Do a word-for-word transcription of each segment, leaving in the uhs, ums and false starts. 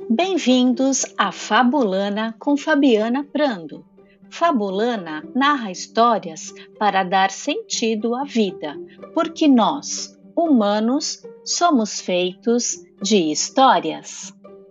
Bem-vindos a Fabulana com Fabiana Prando. Fabulana narra histórias para dar sentido à vida, porque nós, humanos, somos feitos de histórias.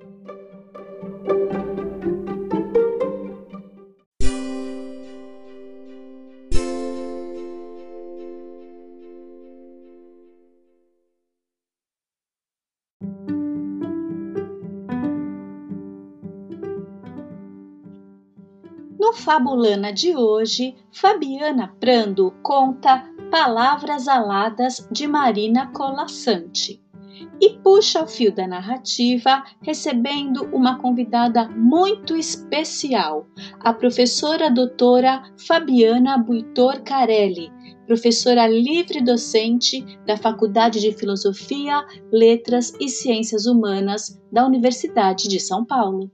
No Fabulana de hoje, Fabiana Prando conta Palavras Aladas de Marina Colasanti e puxa o fio da narrativa recebendo uma convidada muito especial, a professora doutora Fabiana Buitor Carelli, professora livre-docente da Faculdade de Filosofia, Letras e Ciências Humanas da Universidade de São Paulo.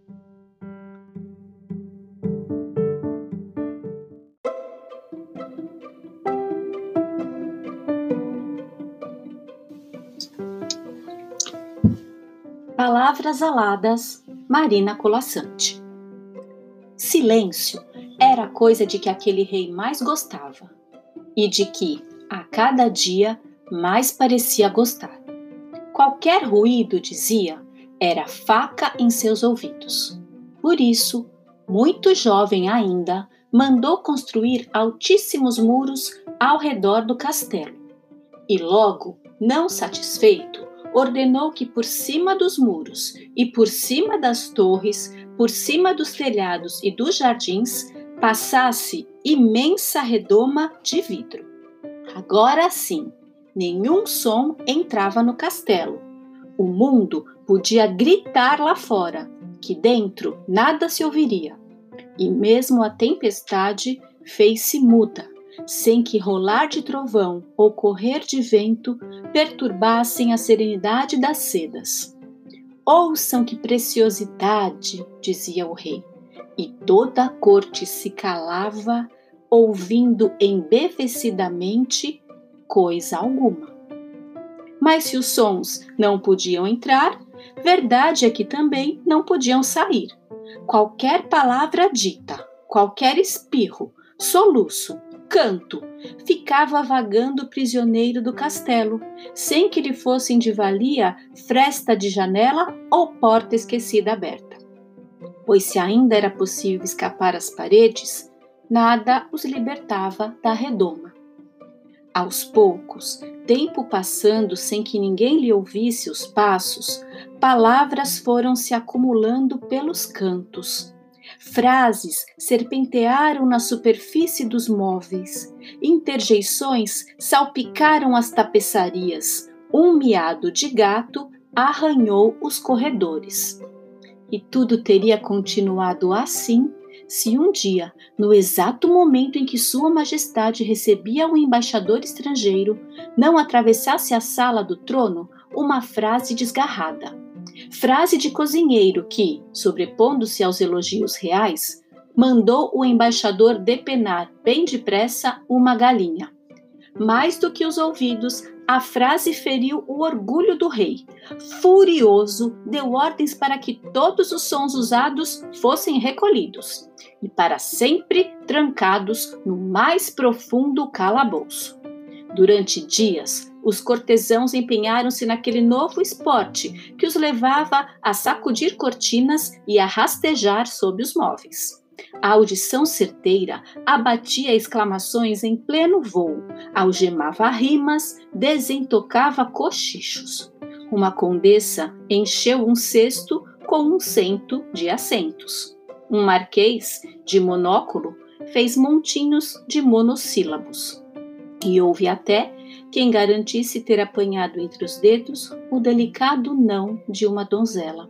Palavras Aladas, Marina Colasanti. Silêncio era a coisa de que aquele rei mais gostava e de que, a cada dia, mais parecia gostar. Qualquer ruído, dizia, era faca em seus ouvidos. Por isso, muito jovem ainda, mandou construir altíssimos muros ao redor do castelo. E logo, não satisfeito, ordenou que por cima dos muros e por cima das torres, por cima dos telhados e dos jardins, passasse imensa redoma de vidro. Agora sim, nenhum som entrava no castelo. O mundo podia gritar lá fora, que dentro nada se ouviria. E mesmo a tempestade fez-se muda, sem que rolar de trovão ou correr de vento perturbassem a serenidade das sedas. Ouçam que preciosidade, dizia o rei, e toda a corte se calava, ouvindo embevecidamente coisa alguma. Mas se os sons não podiam entrar, verdade é que também não podiam sair. Qualquer palavra dita, qualquer espirro, soluço, canto, ficava vagando prisioneiro do castelo, sem que lhe fossem de valia fresta de janela ou porta esquecida aberta. Pois se ainda era possível escapar às paredes, nada os libertava da redoma. Aos poucos, tempo passando sem que ninguém lhe ouvisse os passos, palavras foram se acumulando pelos cantos. Frases serpentearam na superfície dos móveis, interjeições salpicaram as tapeçarias, um miado de gato arranhou os corredores. E tudo teria continuado assim se um dia, no exato momento em que Sua Majestade recebia um embaixador estrangeiro, não atravessasse a sala do trono uma frase desgarrada. Frase de cozinheiro que, sobrepondo-se aos elogios reais, mandou o embaixador depenar bem depressa uma galinha. Mais do que os ouvidos, a frase feriu o orgulho do rei. Furioso, deu ordens para que todos os sons usados fossem recolhidos e para sempre trancados no mais profundo calabouço. Durante dias, os cortesãos empenharam-se naquele novo esporte que os levava a sacudir cortinas e a rastejar sob os móveis. A audição certeira abatia exclamações em pleno voo, algemava rimas, desentocava cochichos. Uma condessa encheu um cesto com um cento de assentos. Um marquês, de monóculo, fez montinhos de monossílabos. E houve até quem garantisse ter apanhado entre os dedos o delicado não de uma donzela.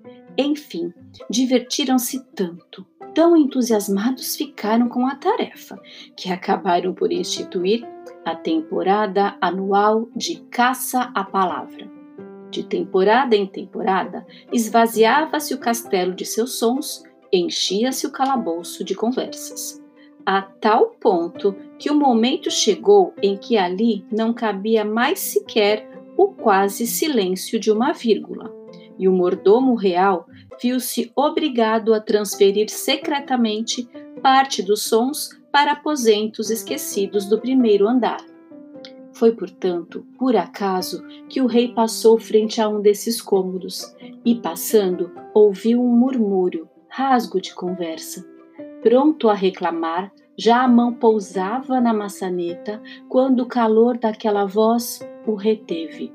Enfim, divertiram-se tanto, tão entusiasmados ficaram com a tarefa, que acabaram por instituir a temporada anual de caça à palavra. De temporada em temporada, esvaziava-se o castelo de seus sons, enchia-se o calabouço de conversas. A tal ponto que o momento chegou em que ali não cabia mais sequer o quase silêncio de uma vírgula. e o mordomo real viu-se obrigado a transferir secretamente parte dos sons para aposentos esquecidos do primeiro andar. Foi, portanto, por acaso que o rei passou frente a um desses cômodos e, passando, ouviu um murmúrio, rasgo de conversa. Pronto a reclamar, já a mão pousava na maçaneta quando o calor daquela voz o reteve.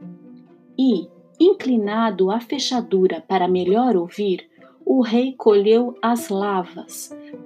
E, inclinado à fechadura para melhor ouvir, o rei colheu as lavas,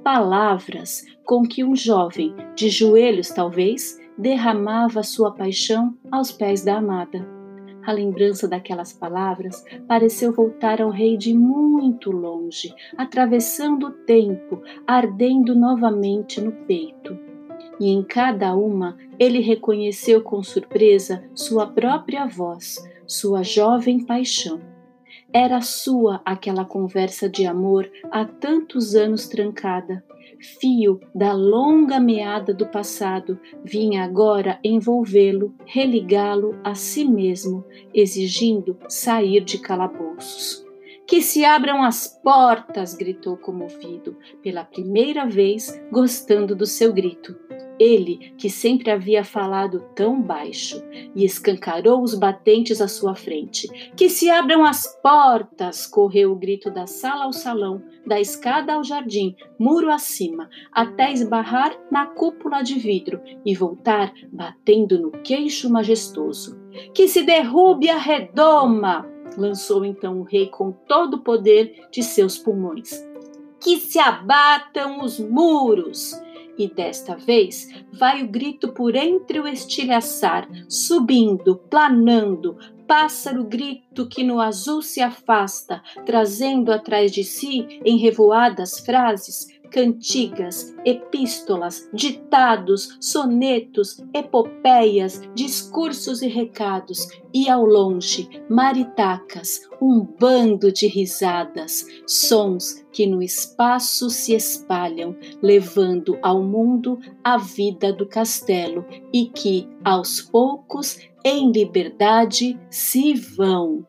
palavras com que um jovem, de joelhos talvez, derramava sua paixão aos pés da amada. A lembrança daquelas palavras pareceu voltar ao rei de muito longe, atravessando o tempo, ardendo novamente no peito. E em cada uma ele reconheceu com surpresa sua própria voz, sua jovem paixão. Era sua aquela conversa de amor há tantos anos trancada. Fio da longa meada do passado vinha agora envolvê-lo, religá-lo a si mesmo, exigindo sair de calabouços. Que se abram as portas, gritou comovido, pela primeira vez gostando do seu grito. Ele, que sempre havia falado tão baixo, e escancarou os batentes à sua frente. Que se abram as portas, correu o grito da sala ao salão, da escada ao jardim, muro acima, até esbarrar na cúpula de vidro e voltar batendo no queixo majestoso. Que se derrube a redoma! Lançou então o rei com todo o poder de seus pulmões. Que se abatam os muros! E desta vez vai o grito por entre o estilhaçar, subindo, planando, pássaro grito que no azul se afasta, trazendo atrás de si, em revoadas frases, cantigas, epístolas, ditados, sonetos, epopeias, discursos e recados, e ao longe, maritacas, um bando de risadas, sons que no espaço se espalham, levando ao mundo a vida do castelo e que, aos poucos, em liberdade se vão.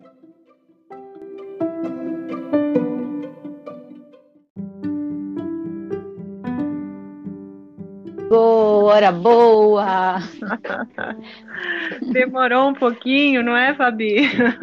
Boa, boa! Demorou um pouquinho, não é, Fabi?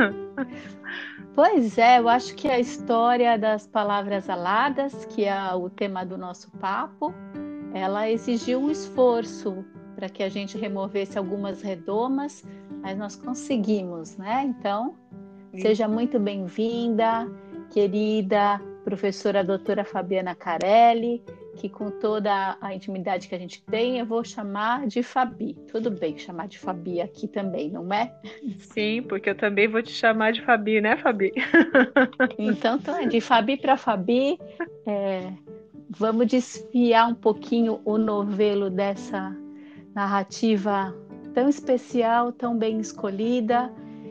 Pois é, eu acho que a história das palavras aladas, que é o tema do nosso papo, ela exigiu um esforço para que a gente removesse algumas redomas, mas nós conseguimos, né? Então, seja muito bem-vinda, querida professora doutora Fabiana Carelli, que com toda a intimidade que a gente tem, eu vou chamar de Fabi. Tudo bem chamar de Fabi aqui também, não é? Sim, porque eu também vou te chamar de Fabi, né, Fabi? Então, de Fabi para Fabi, é, vamos desfiar um pouquinho o novelo dessa narrativa tão especial, tão bem escolhida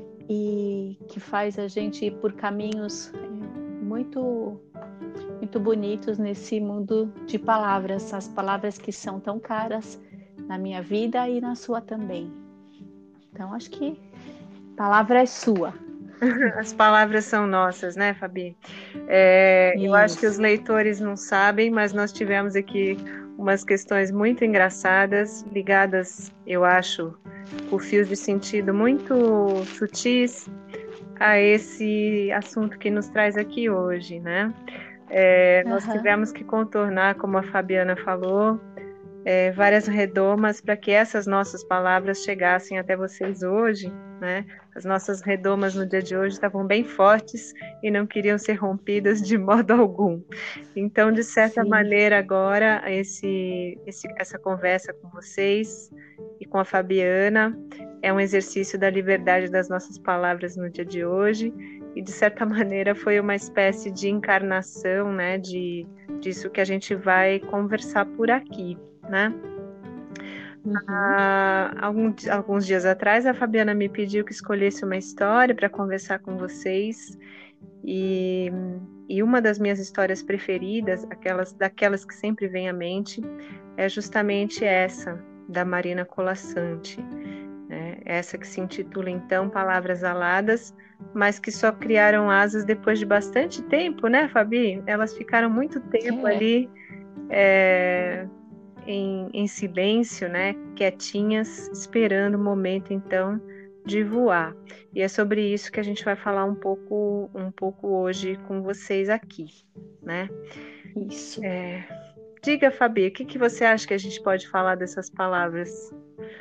e que faz a gente ir por caminhos muito, muito bonitos nesse mundo de palavras, as palavras que são tão caras na minha vida e na sua também. Então, acho que a palavra é sua. As palavras são nossas, né, Fabi? É, eu acho que os leitores não sabem, mas nós tivemos aqui umas questões muito engraçadas, ligadas, eu acho, por fios de sentido muito sutis a esse assunto que nos traz aqui hoje, né? É, nós uhum. tivemos que contornar, como a Fabiana falou, é, várias redomas para que essas nossas palavras chegassem até vocês hoje, né? As nossas redomas no dia de hoje estavam bem fortes e não queriam ser rompidas de modo algum. Então, de certa Sim. maneira, agora, esse, esse, essa conversa com vocês e com a Fabiana é um exercício da liberdade das nossas palavras no dia de hoje e, de certa maneira, foi uma espécie de encarnação, né, de, disso que a gente vai conversar por aqui, né? Uhum. Ah, alguns, alguns dias atrás a Fabiana me pediu que escolhesse uma história para conversar com vocês e, e uma das minhas histórias preferidas, aquelas, daquelas que sempre vem à mente, é justamente essa, da Marina Colasanti, né? Essa que se intitula então Palavras Aladas, mas que só criaram asas depois de bastante tempo, né, Fabi? Elas ficaram muito tempo É. ali é, em, em silêncio, né, quietinhas, esperando o momento, então, de voar. E é sobre isso que a gente vai falar um pouco, um pouco hoje com vocês aqui, né? Isso. É, diga, Fabi, o que, que você acha que a gente pode falar dessas palavras?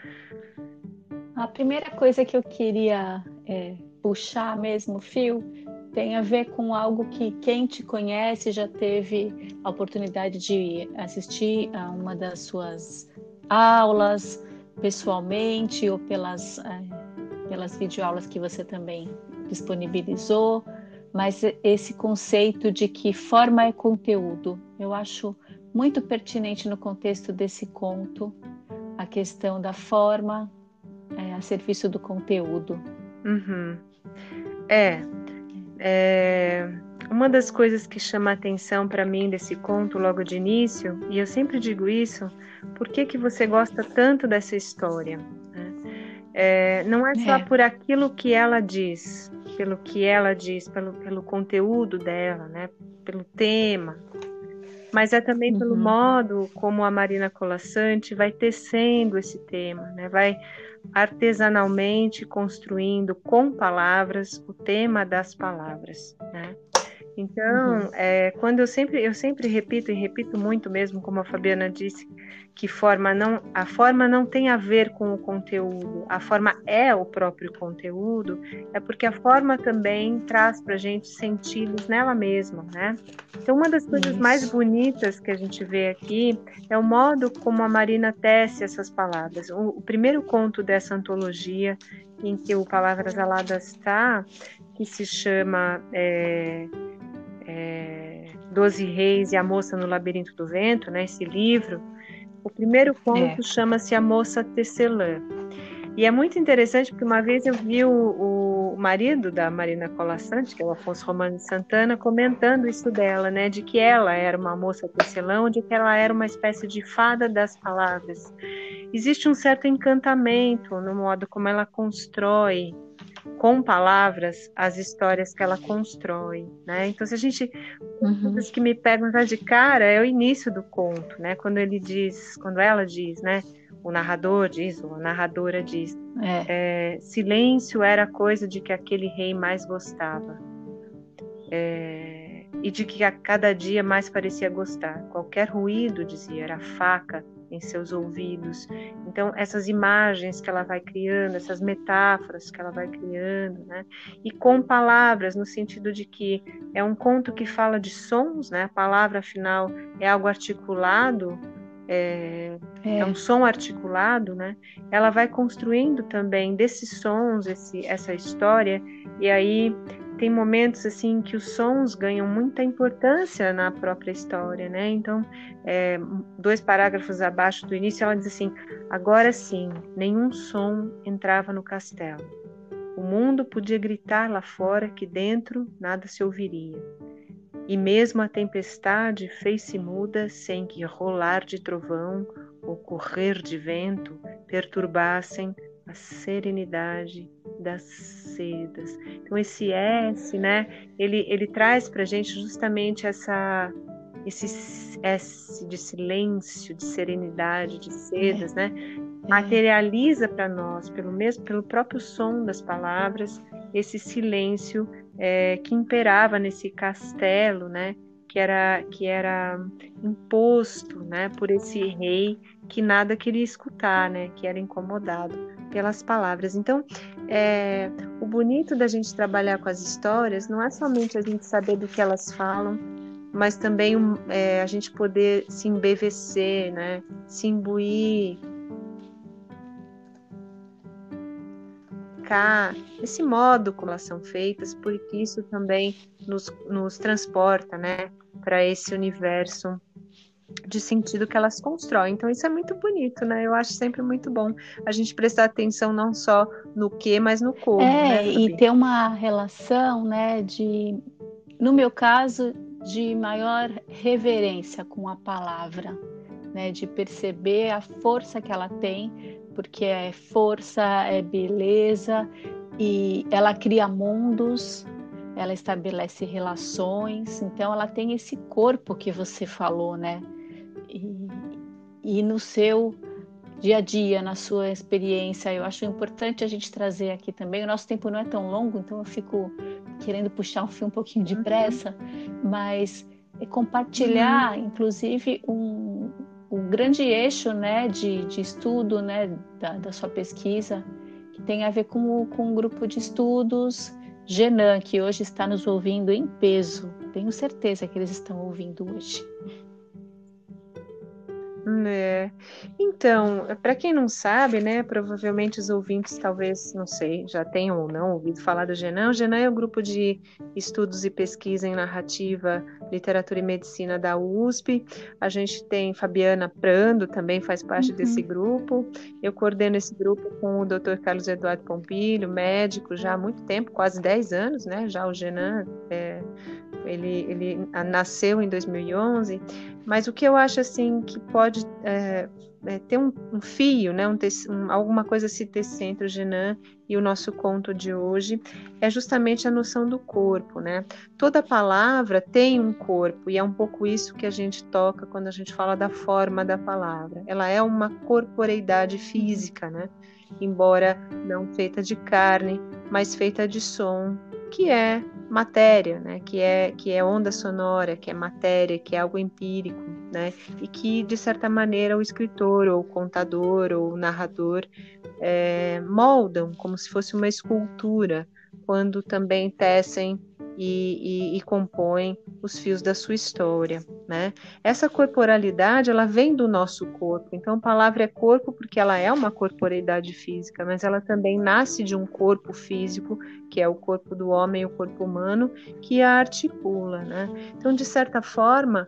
A primeira coisa que eu queria é, puxar mesmo o fio tem a ver com algo que quem te conhece já teve a oportunidade de assistir a uma das suas aulas pessoalmente ou pelas, é, pelas videoaulas que você também disponibilizou, mas esse conceito de que forma é conteúdo, eu acho muito pertinente no contexto desse conto, a questão da forma é, a serviço do conteúdo. Uhum. É, é, uma das coisas que chama a atenção para mim desse conto logo de início, e eu sempre digo isso, por que que você gosta tanto dessa história? Né? É, não é só É. por aquilo que ela diz, pelo que ela diz, pelo, pelo conteúdo dela, né? Pelo tema, mas é também uhum. pelo modo como a Marina Colasanti vai tecendo esse tema, né? Vai artesanalmente construindo com palavras o tema das palavras, né? Então, uhum. é, quando eu sempre, eu sempre repito e repito muito mesmo, como a Fabiana disse, que forma não, a forma não tem a ver com o conteúdo, a forma é o próprio conteúdo, é porque a forma também traz para a gente sentidos nela mesma, né? Então, uma das coisas Isso. mais bonitas que a gente vê aqui é o modo como a Marina tece essas palavras. O, o primeiro conto dessa antologia, em que o Palavras Aladas está, que se chama é, é, Doze Reis e a Moça no Labirinto do Vento, né, esse livro, o primeiro conto é. chama-se A Moça Tecelã. E é muito interessante porque uma vez eu vi o, o marido da Marina Colasanti, que é o Afonso Romano de Santana, comentando isso dela, né, de que ela era uma moça tecelã, de que ela era uma espécie de fada das palavras. Existe um certo encantamento no modo como ela constrói com palavras as histórias que ela constrói, né? Então, se a gente, uhum. coisas que me pegam já de cara é o início do conto, né? Quando ele diz, quando ela diz, né? O narrador diz, ou a narradora diz, é. É, silêncio era a coisa de que aquele rei mais gostava, é, e de que a cada dia mais parecia gostar. Qualquer ruído, dizia, era faca em seus ouvidos. Então, essas imagens que ela vai criando, essas metáforas que ela vai criando, né? E com palavras, no sentido de que é um conto que fala de sons, né? A palavra, afinal, é algo articulado, é, é. é um som articulado, né? Ela vai construindo também desses sons, esse, essa história, e aí tem momentos assim que os sons ganham muita importância na própria história, né? Então, é, dois parágrafos abaixo do início, ela diz assim: agora sim, nenhum som entrava no castelo. O mundo podia gritar lá fora que dentro nada se ouviria. E mesmo a tempestade fez-se muda sem que rolar de trovão ou correr de vento perturbassem a serenidade das sedas. Então esse S, né, ele, ele traz para a gente justamente essa, esse S de silêncio, de serenidade, de sedas, né, materializa para nós, pelo mesmo, pelo próprio som das palavras, esse silêncio é, que imperava nesse castelo, né, que era, que era imposto, né, por esse rei que nada queria escutar, né, que era incomodado pelas palavras. Então, é, o bonito da gente trabalhar com as histórias não é somente a gente saber do que elas falam, mas também é, a gente poder se embevecer, né, se imbuir, esse modo como elas são feitas, porque isso também nos, nos transporta, né, para esse universo de sentido que elas constroem. Então isso é muito bonito, né? Eu acho sempre muito bom a gente prestar atenção não só no que, mas no como, é, né, Fabi? E ter uma relação, né, de, no meu caso, de maior reverência com a palavra, né, de perceber a força que ela tem porque é força, é beleza, e ela cria mundos, ela estabelece relações, então ela tem esse corpo que você falou, né? E, e no seu dia a dia, na sua experiência, eu acho importante a gente trazer aqui também. O nosso tempo não é tão longo, então eu fico querendo puxar um fio um pouquinho de pressa, mas é compartilhar, uhum. inclusive, um, um grande eixo, né, de, de estudo, né, da, da sua pesquisa, que tem a ver com, com um grupo de estudos Genan, que hoje está nos ouvindo em peso. Tenho certeza que eles estão ouvindo hoje. É. Então, para quem não sabe, né, provavelmente os ouvintes talvez, não sei, já tenham ou não ouvido falar do Genan. O Genan é o grupo de estudos e pesquisa em narrativa, literatura e medicina da U S P. A gente tem Fabiana Prando, também faz parte uhum. desse grupo. Eu coordeno esse grupo com o doutor Carlos Eduardo Pompilho, médico já há muito tempo, quase dez anos, né? Já o Genan, é, ele, ele nasceu em dois mil e onze. Mas o que eu acho assim que pode é, é, ter um, um fio, né, um, um, alguma coisa se tecer entre o Genan e o nosso conto de hoje, é justamente a noção do corpo, né? Toda palavra tem um corpo, e é um pouco isso que a gente toca quando a gente fala da forma da palavra. Ela é uma corporeidade física, né? Embora não feita de carne, mas feita de som, que é matéria, né? que, é, que é onda sonora, que é matéria, que é algo empírico, né? E que, de certa maneira, o escritor, ou o contador, ou o narrador é, moldam como se fosse uma escultura, quando também tecem e, e, e compõem os fios da sua história, né? Essa corporalidade, ela vem do nosso corpo, então a palavra é corpo porque ela é uma corporeidade física, mas ela também nasce de um corpo físico, que é o corpo do homem, o corpo humano, que a articula, né? Então, de certa forma,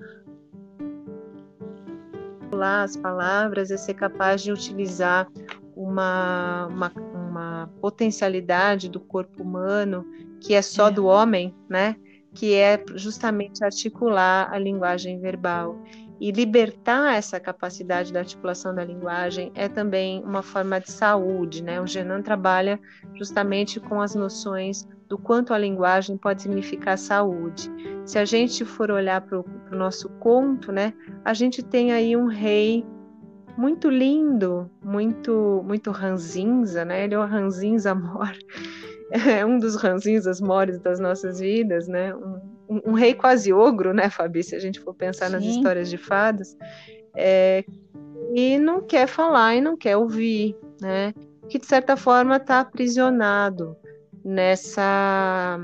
as palavras é ser capaz de utilizar uma, uma, uma potencialidade do corpo humano que é só é. do homem, né? Que é justamente articular a linguagem verbal. E libertar essa capacidade da articulação da linguagem é também uma forma de saúde, né? O Genan trabalha justamente com as noções do quanto a linguagem pode significar saúde. Se a gente for olhar para o nosso conto, né? A gente tem aí um rei muito lindo, muito, muito ranzinza, né? Ele é o ranzinza mor, é um dos ranzinzas mores das nossas vidas, né? Um, um, um rei quase ogro, né, Fabi? Se a gente for pensar Sim. nas histórias de fadas, é, e não quer falar e não quer ouvir, né? Que de certa forma está aprisionado nessa,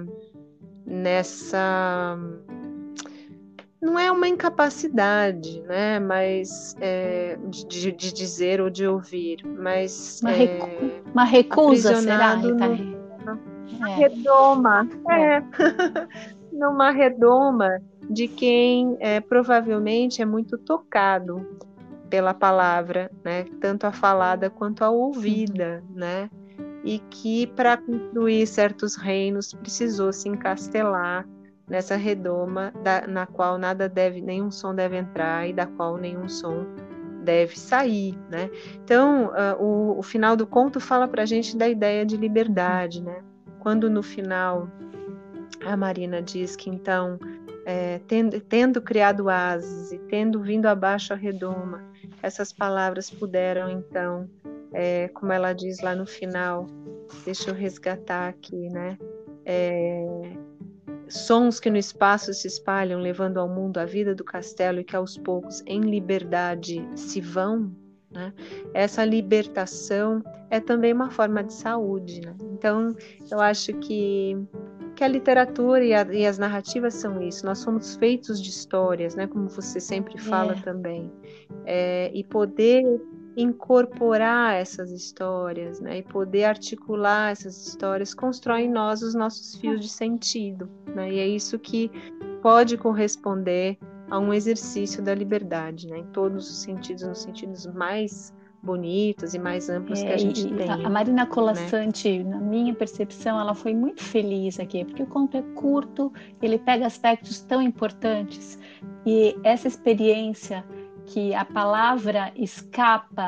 nessa não é uma incapacidade, né? Mas é, de, de dizer ou de ouvir, mas uma, é, recu uma recusa, será? No, numa é. redoma, é. É. numa redoma de quem é, provavelmente é muito tocado pela palavra, né? Tanto a falada quanto a ouvida, uhum. né? E que para construir certos reinos precisou se encastelar nessa redoma da, na qual nada deve, nenhum som deve entrar e da qual nenhum som deve sair, né? Então, uh, o, o final do conto fala para a gente da ideia de liberdade, né? Quando no final a Marina diz que então, é, tendo, tendo criado asas e tendo vindo abaixo a redoma, essas palavras puderam então, é, como ela diz lá no final, deixa eu resgatar aqui, né? É, sons que no espaço se espalham, levando ao mundo a vida do castelo e que aos poucos, em liberdade, se vão, né? Essa libertação é também uma forma de saúde, né? Então, eu acho que, que a literatura e, a, e as narrativas são isso. Nós somos feitos de histórias, né? Como você sempre fala é. também. É, e poder incorporar essas histórias, né, e poder articular essas histórias constrói em nós os nossos fios de sentido, né, e é isso que pode corresponder a um exercício da liberdade, né, em todos os sentidos, nos sentidos mais bonitos e mais amplos é, que a gente tem. A Marina Colasanti, né? Na minha percepção, ela foi muito feliz aqui, porque o conto é curto, ele pega aspectos tão importantes, e essa experiência que a palavra escapa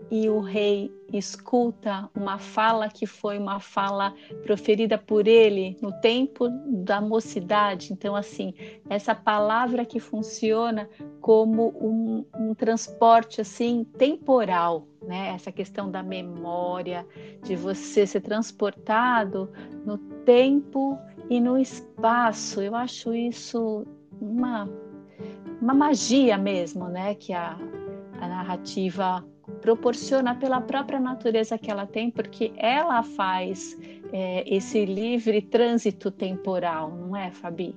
e o rei escuta uma fala que foi uma fala proferida por ele no tempo da mocidade. Então, assim, essa palavra que funciona como um, um transporte assim temporal, né? Essa questão da memória, de você ser transportado no tempo e no espaço. Eu acho isso uma, uma magia mesmo, né? Que a, a narrativa proporciona pela própria natureza que ela tem, porque ela faz é, esse livre trânsito temporal, não é, Fabi?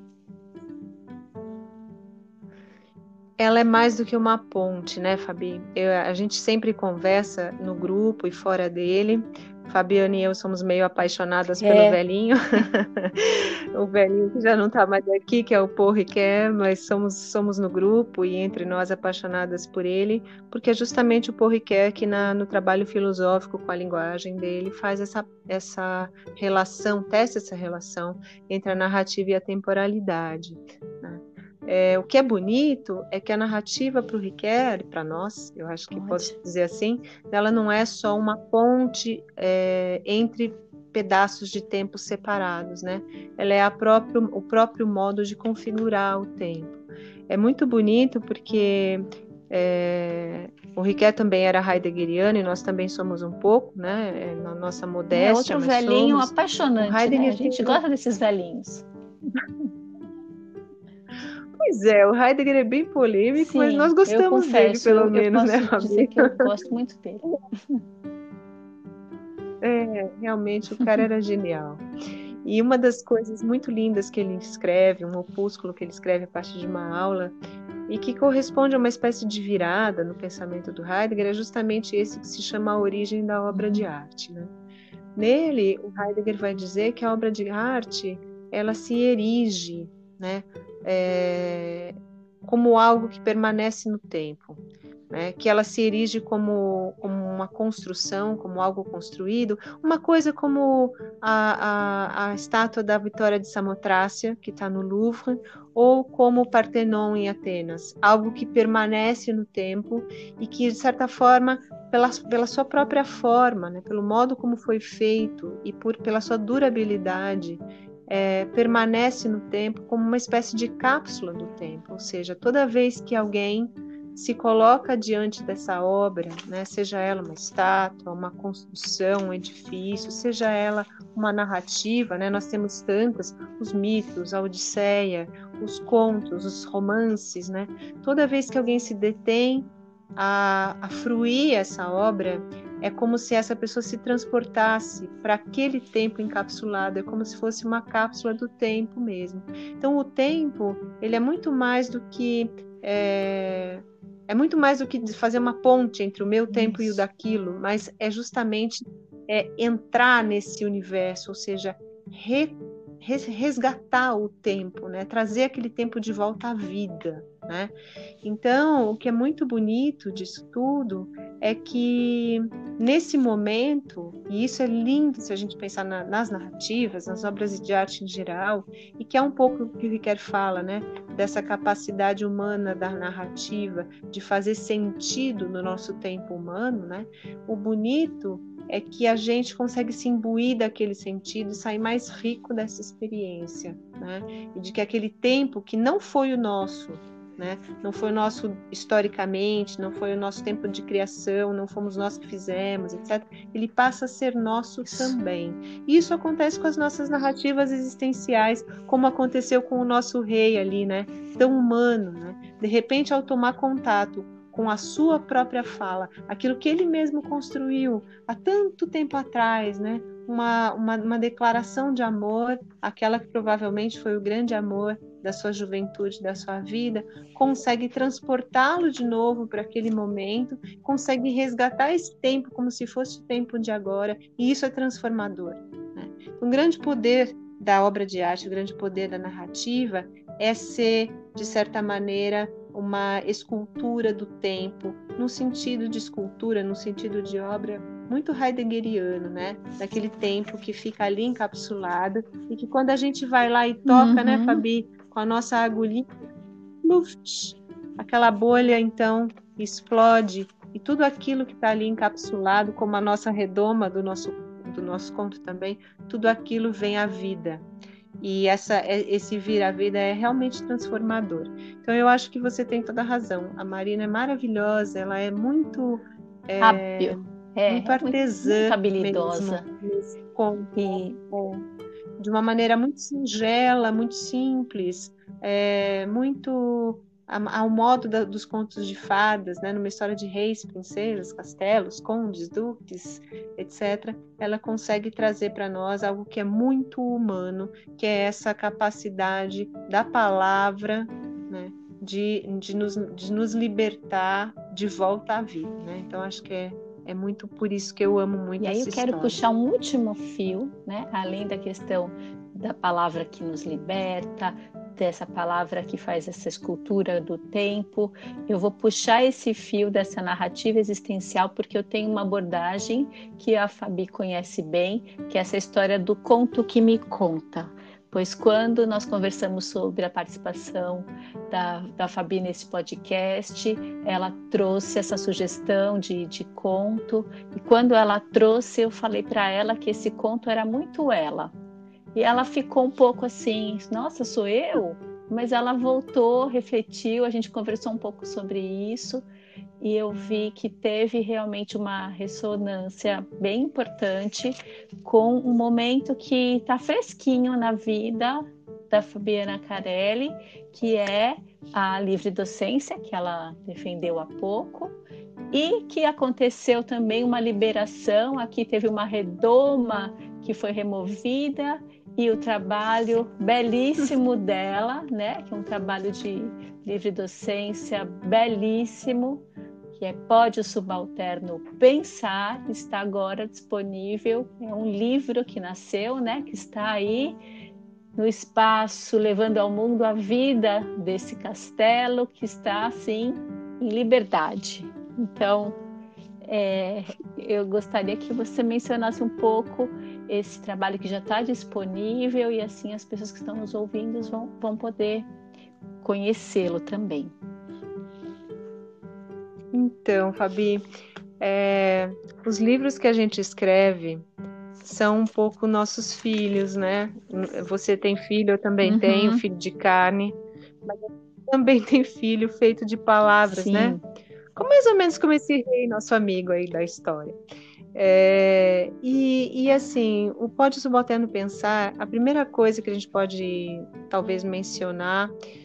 Ela é mais do que uma ponte, né, Fabi? Eu, a gente sempre conversa no grupo e fora dele. Fabiana e eu somos meio apaixonadas é. pelo velhinho. O velhinho que já não está mais aqui, que é o Paul Ricoeur, mas somos, somos no grupo e entre nós apaixonadas por ele, porque é justamente o Paul Ricoeur que na, no trabalho filosófico com a linguagem dele faz essa, essa relação, testa essa relação entre a narrativa e a temporalidade, né? É, o que é bonito é que a narrativa para o Ricoeur, para nós, eu acho que Pode. posso dizer assim, ela não é só uma ponte é, entre pedaços de tempo separados, né? Ela é a próprio, o próprio modo de configurar o tempo. É muito bonito porque é, o Ricoeur também era heideggeriano e nós também somos um pouco, né? Na nossa modéstia, é outro mas velhinho somos. apaixonante, né? A gente gosta desses velhinhos. Pois é, o Heidegger é bem polêmico, Sim, mas nós gostamos confesso, dele, pelo eu, menos, eu né, posso Fabi? dizer que eu gosto muito dele. É, realmente, o cara era genial. E uma das coisas muito lindas que ele escreve, um opúsculo que ele escreve a partir de uma aula, e que corresponde a uma espécie de virada no pensamento do Heidegger, é justamente esse que se chama a origem da obra de arte, né? Nele, o Heidegger vai dizer que a obra de arte, ela se erige, né, é, como algo que permanece no tempo, né, que ela se erige como, como uma construção, como algo construído, uma coisa como a, a, a estátua da Vitória de Samotrácia, que está no Louvre, ou como o Partenon em Atenas, algo que permanece no tempo e que, de certa forma, pela, pela sua própria forma, né, pelo modo como foi feito e por, pela sua durabilidade, É, permanece no tempo como uma espécie de cápsula do tempo, ou seja, toda vez que alguém se coloca diante dessa obra, né, seja ela uma estátua, uma construção, um edifício, seja ela uma narrativa, né, nós temos tantas, os mitos, a Odisseia, os contos, os romances, né, toda vez que alguém se detém a, a fruir essa obra, é como se essa pessoa se transportasse para aquele tempo encapsulado, é como se fosse uma cápsula do tempo mesmo. Então o tempo, ele é muito mais do que é, é muito mais do que fazer uma ponte entre o meu tempo Isso. e o daquilo, mas é justamente é, entrar nesse universo, ou seja, re, resgatar o tempo, né? Trazer aquele tempo de volta à vida, né? Então, o que é muito bonito disso tudo é que nesse momento, e isso é lindo se a gente pensar na, nas narrativas, nas obras de arte em geral, e que é um pouco o que o Ricoeur fala, né? Dessa capacidade humana da narrativa de fazer sentido no nosso tempo humano, né? O bonito é que a gente consegue se imbuir daquele sentido e sair mais rico dessa experiência, né? E de que aquele tempo que não foi o nosso, né? Não foi o nosso historicamente, não foi o nosso tempo de criação, não fomos nós que fizemos, etcétera. Ele passa a ser nosso também. E isso acontece com as nossas narrativas existenciais, como aconteceu com o nosso rei ali, né? Tão humano, né? De repente, ao tomar contato com a sua própria fala, aquilo que ele mesmo construiu há tanto tempo atrás, né? Uma, uma, uma declaração de amor, aquela que provavelmente foi o grande amor da sua juventude, da sua vida, consegue transportá-lo de novo para aquele momento, consegue resgatar esse tempo como se fosse o tempo de agora, e isso é transformador, né? Um grande poder da obra de arte, o grande poder da narrativa é ser, de certa maneira, uma escultura do tempo, no sentido de escultura, no sentido de obra muito heideggeriano, né? Daquele tempo que fica ali encapsulado e que quando a gente vai lá e toca, uhum. né, Fabi, com a nossa agulhinha, luft, aquela bolha então explode e tudo aquilo que está ali encapsulado, como a nossa redoma do nosso, do nosso conto também, tudo aquilo vem à vida. E essa, esse vir à vida é realmente transformador. Então eu acho que você tem toda a razão. A Marina é maravilhosa, ela é muito é, Hábil. É, muito artesã, muito, muito habilidosa. Mesmo, com, E... com, de uma maneira muito singela, muito simples, é, muito ao modo da, dos contos de fadas, né? Numa história de reis, princesas, castelos, condes, duques, etcétera. Ela consegue trazer para nós algo que é muito humano, que é essa capacidade da palavra, né? de, de, nos, de nos libertar de volta à vida. Né? Então, acho que é, é muito por isso que eu amo muito essa história. E aí eu quero puxar um último fio, né? Além da questão da palavra que nos liberta, dessa palavra que faz essa escultura do tempo. Eu vou puxar esse fio dessa narrativa existencial porque eu tenho uma abordagem que a Fabi conhece bem, que é essa história do conto que me conta. Pois quando nós conversamos sobre a participação da, da Fabi nesse podcast, ela trouxe essa sugestão de, de conto, e quando ela trouxe, eu falei para ela que esse conto era muito ela. E ela ficou um pouco assim, nossa, sou eu? Mas ela voltou, refletiu, a gente conversou um pouco sobre isso, e eu vi que teve realmente uma ressonância bem importante com um momento que está fresquinho na vida da Fabiana Carelli, que é a livre docência, que ela defendeu há pouco, e que aconteceu também uma liberação, aqui teve uma redoma que foi removida, e o trabalho belíssimo dela, né, que é um trabalho de livre docência belíssimo, que é Pode o Subalterno Pensar, está agora disponível, é um livro que nasceu, né, que está aí no espaço, levando ao mundo a vida desse castelo, que está, assim, em liberdade. Então, é, eu gostaria que você mencionasse um pouco esse trabalho que já está disponível, e assim as pessoas que estão nos ouvindo vão, vão poder conhecê-lo também. Então, Fabi, é, os livros que a gente escreve são um pouco nossos filhos, né? Você tem filho, eu também uhum. tenho, filho de carne, mas eu também tenho filho feito de palavras, Sim. né? Como, mais ou menos como esse rei, nosso amigo aí da história. É, e, e assim, o Pode o Subalterno Pensar, a primeira coisa que a gente pode talvez mencionar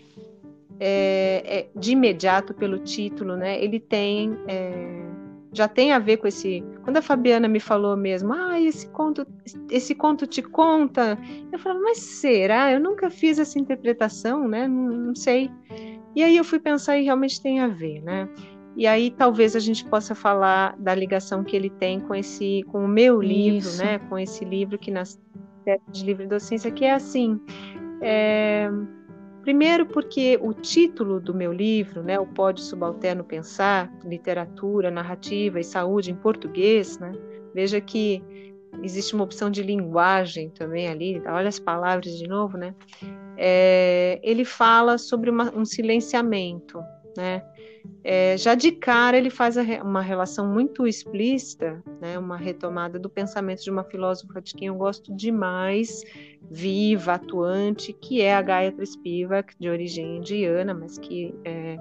é, é de imediato pelo título, né? Ele tem é, já tem a ver com esse. Quando a Fabiana me falou mesmo, ah, esse conto, esse conto te conta, eu falava, mas será? Eu nunca fiz essa interpretação, né? Não, não sei. E aí eu fui pensar e realmente tem a ver, né? E aí talvez a gente possa falar da ligação que ele tem com esse, com o meu livro, Isso. né? Com esse livro que nasce de livre docência, que é assim. É... Primeiro porque o título do meu livro, né? O Pode Subalterno Pensar, literatura, narrativa e saúde em português, né? Veja que existe uma opção de linguagem também ali. Olha as palavras de novo, né? É... Ele fala sobre uma, um silenciamento, né? É, já de cara ele faz uma relação muito explícita, né, uma retomada do pensamento de uma filósofa de quem eu gosto demais, viva, atuante, que é a Gayatri Spivak, de origem indiana, mas que é,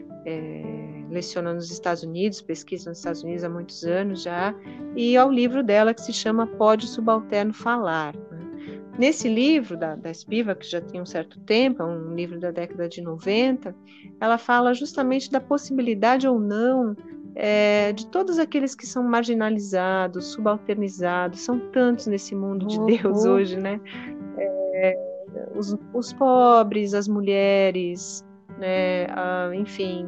é, leciona nos Estados Unidos, pesquisa nos Estados Unidos há muitos anos já, e ao livro dela que se chama Pode o Subalterno Falar. Né? Nesse livro da, da Spivak, que já tem um certo tempo, é um livro da década de noventa, ela fala justamente da possibilidade ou não é, de todos aqueles que são marginalizados, subalternizados, são tantos nesse mundo de Deus hoje, né? É, os, os pobres, as mulheres, né? Ah, enfim,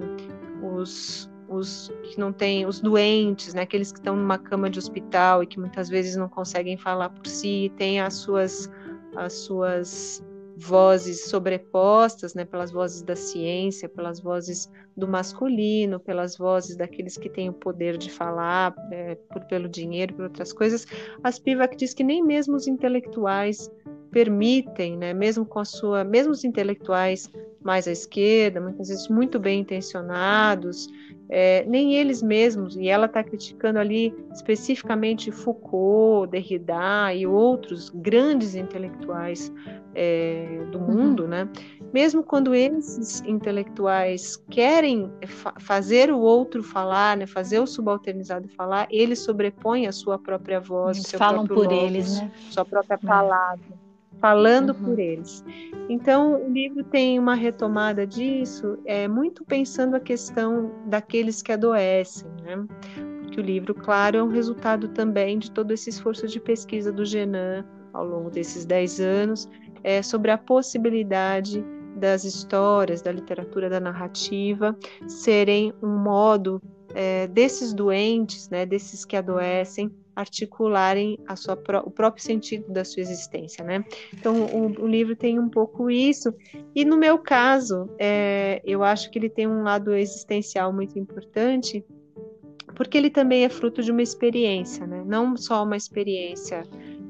os, os que não têm, os doentes, né? Aqueles que estão numa cama de hospital e que muitas vezes não conseguem falar por si, têm as suas, as suas vozes sobrepostas, né, pelas vozes da ciência, pelas vozes do masculino, pelas vozes daqueles que têm o poder de falar, é, por, pelo dinheiro, por outras coisas. A Spivak diz que nem mesmo os intelectuais permitem, né, mesmo com a sua, mesmo os intelectuais mais à esquerda, muitas vezes muito bem intencionados, é, nem eles mesmos, e ela está criticando ali especificamente Foucault, Derrida e outros grandes intelectuais é, do mundo, uhum. né? Mesmo quando esses intelectuais querem fa- fazer o outro falar, né, fazer o subalternizado falar, eles sobrepõem a sua própria voz, eles seu falam próprio por logos, eles, né? sua própria É. palavra, falando uhum. por eles. Então, o livro tem uma retomada disso, é, muito pensando a questão daqueles que adoecem, né? Porque o livro, claro, é um resultado também de todo esse esforço de pesquisa do Genan ao longo desses dez anos, é, sobre a possibilidade das histórias, da literatura, da narrativa, serem um modo é, desses doentes, né, desses que adoecem, articularem a sua, o próprio sentido da sua existência, né? Então, o, o livro tem um pouco isso, e no meu caso, é, eu acho que ele tem um lado existencial muito importante, porque ele também é fruto de uma experiência, né? Não só uma experiência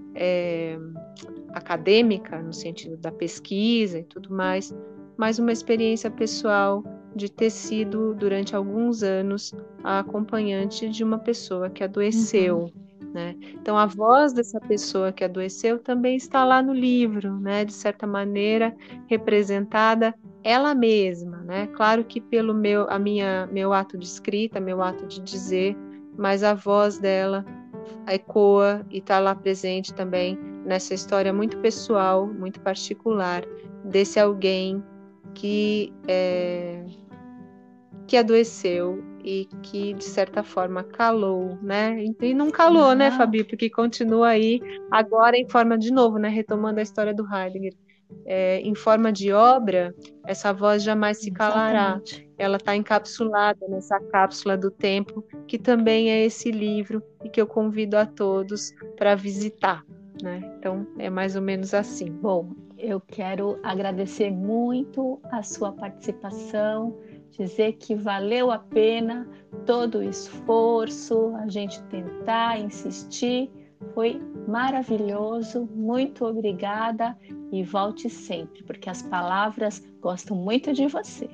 é, acadêmica, no sentido da pesquisa e tudo mais, mas uma experiência pessoal de ter sido, durante alguns anos, a acompanhante de uma pessoa que adoeceu. Uhum. Né? Então, a voz dessa pessoa que adoeceu também está lá no livro, né? De certa maneira, representada ela mesma. Né? Claro que pelo meu, a minha, meu ato de escrita, meu ato de dizer, mas a voz dela ecoa e está lá presente também nessa história muito pessoal, muito particular, desse alguém que, é, que adoeceu e que, de certa forma, calou, né? E não calou, não. né, Fabi? Porque continua aí, agora em forma, de novo, né, retomando a história do Heidegger, é, em forma de obra, essa voz jamais se calará. Exatamente. Ela está encapsulada nessa cápsula do tempo, que também é esse livro e que eu convido a todos para visitar. Né? Então, é mais ou menos assim. Bom, eu quero agradecer muito a sua participação, dizer que valeu a pena todo o esforço, a gente tentar, insistir, foi maravilhoso, muito obrigada e volte sempre, porque as palavras gostam muito de você.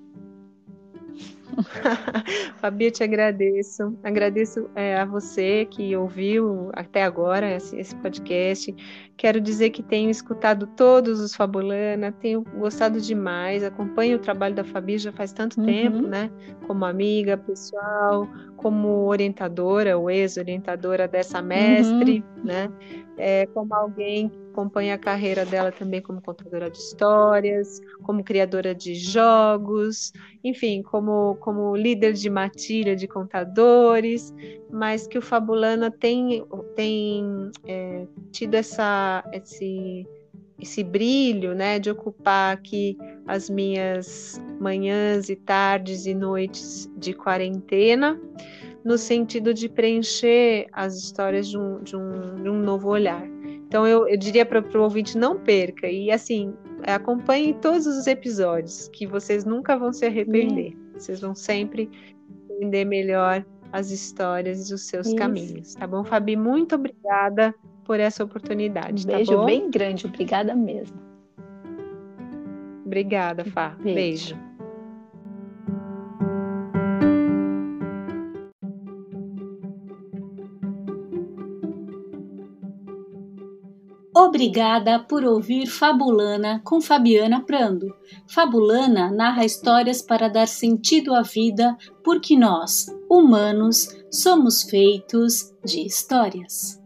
Fabi, eu te agradeço. Agradeço é, a você que ouviu até agora esse, esse podcast. Quero dizer que tenho escutado todos os Fabulana, tenho gostado demais. Acompanho o trabalho da Fabi já faz tanto uhum. tempo, né? Como amiga pessoal, como orientadora, ou ex-orientadora dessa mestre, uhum. né? É, como alguém que acompanha a carreira dela também como contadora de histórias, como criadora de jogos, enfim, como, como líder de matilha de contadores, mas que o Fabulana tem, tem é, tido essa, esse, esse brilho, né, de ocupar aqui as minhas manhãs e tardes e noites de quarentena, no sentido de preencher as histórias de um, de um, de um novo olhar. Então, eu, eu diria para o ouvinte, não perca. E, assim, acompanhe todos os episódios, que vocês nunca vão se arrepender. Sim. Vocês vão sempre entender melhor as histórias e os seus Isso. caminhos. Tá bom, Fabi? Muito obrigada por essa oportunidade. Um beijo tá bom? bem grande. Obrigada mesmo. Obrigada, Fá. Beijo. beijo. Obrigada por ouvir Fabulana com Fabiana Prando. Fabulana narra histórias para dar sentido à vida, porque nós, humanos, somos feitos de histórias.